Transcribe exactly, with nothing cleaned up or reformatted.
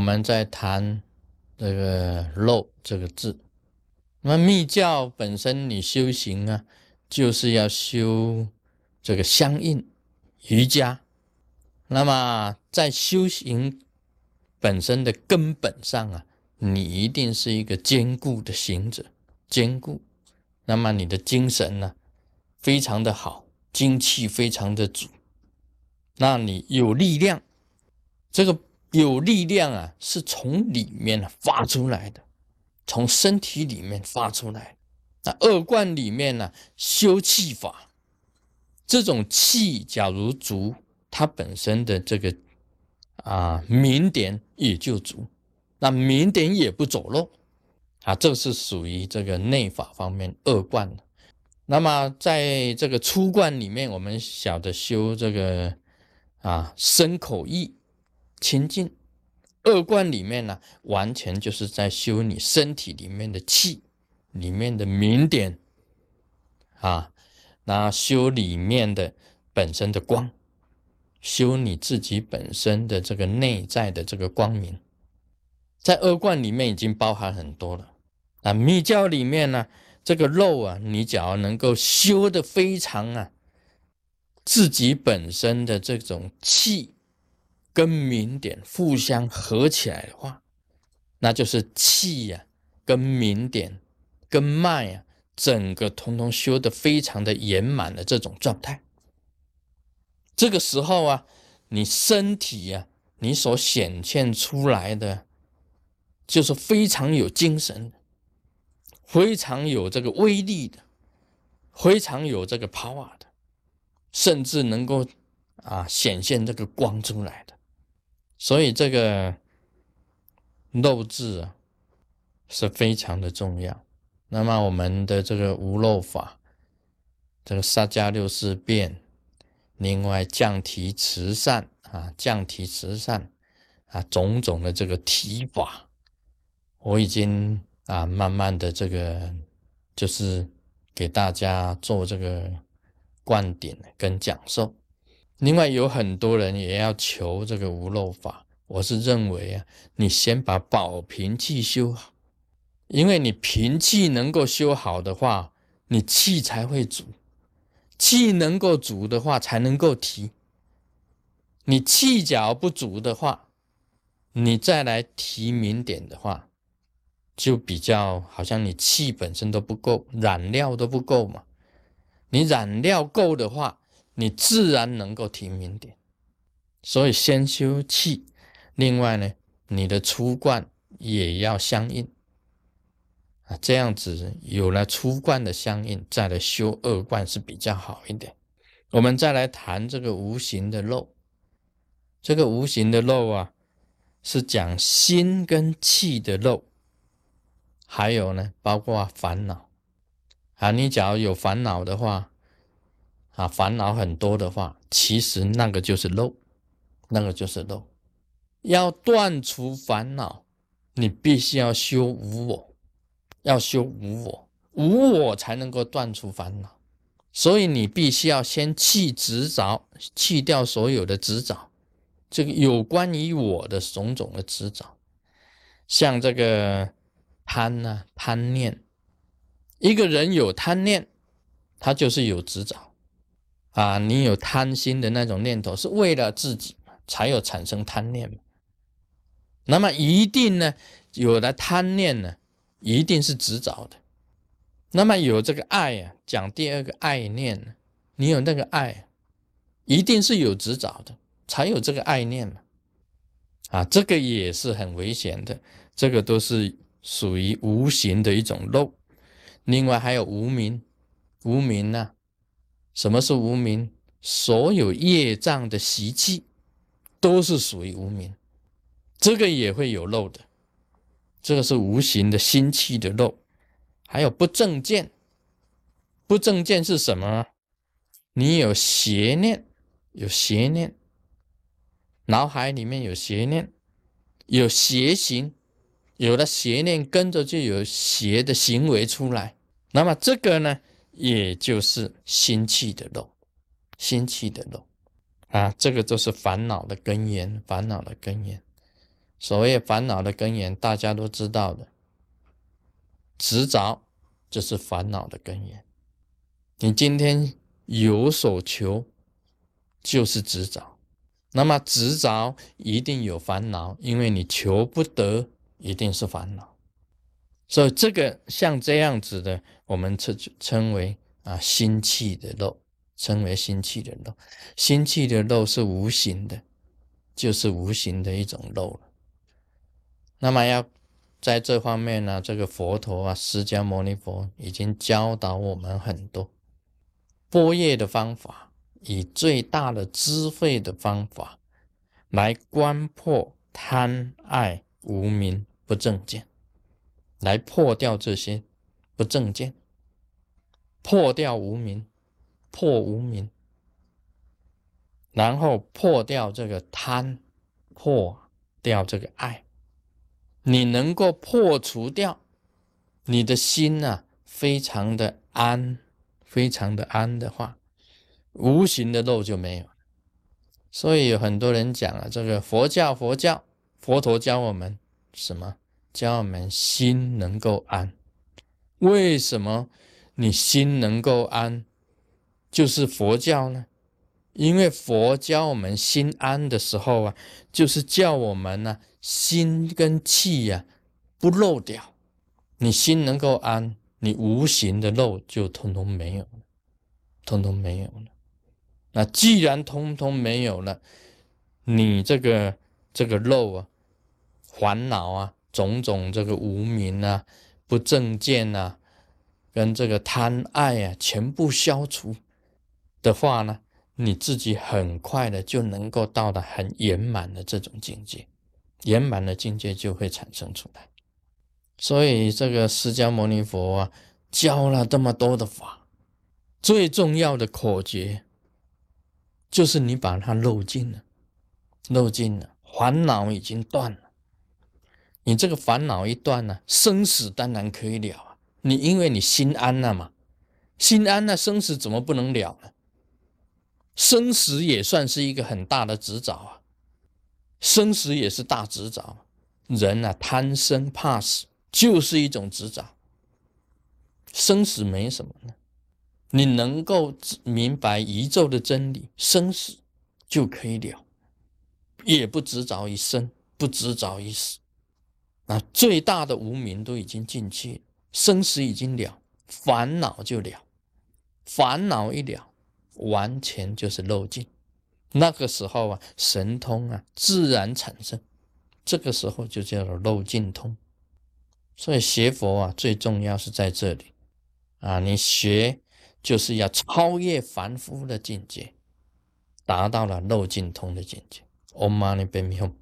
们在谈这个肉这个字。那么密教本身你修行啊，就是要修这个相应瑜伽。那么在修行本身的根本上啊，你一定是一个坚固的行者，坚固。那么你的精神呢，非常的好，精气非常的足，那你有力量。这个有力量啊，是从里面发出来的，从身体里面发出来的。那二观里面呢，修气法，这种气假如足，它本身的这个啊明点也就足，那明点也不走漏啊，这是属于这个内法方面二观的。那么在这个初观里面，我们晓得修这个啊身口意清净。二观里面呢，完全就是在修你身体里面的气，里面的明点啊，那修里面的本身的光，修你自己本身的这个内在的这个光明。在二观里面已经包含很多了。那密教里面呢，这个肉啊，你只要能够修得非常啊，自己本身的这种气跟明点互相合起来的话，那就是气呀、啊、跟明点跟脉啊，整个通通修得非常的圆满的这种状态。这个时候啊，你身体啊，你所显现出来的就是非常有精神的，非常有这个威力的，非常有这个 power 的，甚至能够啊显现这个光出来的。所以这个漏字啊是非常的重要。那么我们的这个无漏法，这个萨迦六事变，另外降提慈善啊，降提慈善啊，种种的这个提法，我已经啊慢慢的这个就是给大家做这个灌顶跟讲授。另外有很多人也要求这个无漏法，我是认为啊，你先把保平气修好，因为你平气能够修好的话，你气才会足，气能够足的话才能够提。你气脚不足的话，你再来提明点的话，就比较好像你气本身都不够，染料都不够嘛。你染料够的话，你自然能够提明点。所以先修气，另外呢，你的初观也要相应啊，这样子有了初观的相应，再来修二观是比较好一点。我们再来谈这个无形的漏，这个无形的漏啊，是讲心跟气的漏，还有呢，包括烦恼啊。你假如有烦恼的话啊，烦恼很多的话，其实那个就是漏，那个就是漏。要断除烦恼，你必须要修无我，要修无我，无我才能够断除烦恼。所以你必须要先弃执着，弃掉所有的执着，这个有关于我的种种的执着，像这个贪啊、贪念，一个人有贪念，他就是有执着啊。你有贪心的那种念头，是为了自己才有产生贪念嘛。那么一定呢，有了贪念呢，一定是执着的。那么有这个爱啊，讲第二个爱念呢，你有那个爱，一定是有执着的，才有这个爱念嘛。啊，这个也是很危险的，这个都是属于无形的一种漏。另外还有无明，无明啊，什么是无明？所有业障的习气都是属于无明，这个也会有漏的，这个是无形的心气的漏。还有不正见，不正见是什么？你有邪念，有邪念，脑海里面有邪念，有邪行，有了邪念，跟着就有邪的行为出来。那么这个呢，也就是心气的漏，心气的漏啊，这个都是烦恼的根源，烦恼的根源。 所谓烦恼的根源，大家都知道的，执着就是烦恼的根源。你今天有所求，就是执着。那么执着一定有烦恼，因为你求不得，一定是烦恼。所以这个像这样子的，我们称称为啊心气的漏，称为心气的漏。心气的漏是无形的，就是无形的一种漏了。那么要在这方面呢，这个佛陀啊，释迦牟尼佛已经教导我们很多般若的方法，以最大的智慧的方法来观破贪爱无明不正见，来破掉这些不正见，破掉无明，破无明，然后破掉这个贪，破掉这个爱。你能够破除掉，你的心啊非常的安，非常的安的话，无形的漏就没有。所以有很多人讲啊，这个佛教佛教佛陀教我们什么？教我们心能够安。为什么你心能够安就是佛教呢？因为佛教我们心安的时候啊，就是叫我们呢、啊、心跟气呀、啊、不漏掉。你心能够安，你无形的漏就通通没有了，通通没有了。那既然通通没有了，你这个这个漏啊、烦恼啊、种种这个无明啊、不正见啊，跟这个贪爱啊，全部消除的话呢，你自己很快的就能够到达很圆满的这种境界，圆满的境界就会产生出来。所以这个释迦牟尼佛啊，教了这么多的法，最重要的口诀就是你把它漏尽了，漏尽了，烦恼已经断了。你这个烦恼一断呢、啊，生死当然可以了啊。你因为你心安了嘛，心安了，生死怎么不能了呢？生死也算是一个很大的执着啊，生死也是大执着。人啊，贪生怕死就是一种执着。生死没什么呢，你能够明白宇宙的真理，生死就可以了，也不执着于生，不执着于死。那最大的无明都已经尽去了，生死已经了，烦恼就了，烦恼一了，完全就是漏尽。那个时候啊，神通啊自然产生，这个时候就叫做漏尽通。所以学佛啊，最重要是在这里啊，你学就是要超越凡夫的境界，达到了漏尽通的境界。Om Mani Padme Hum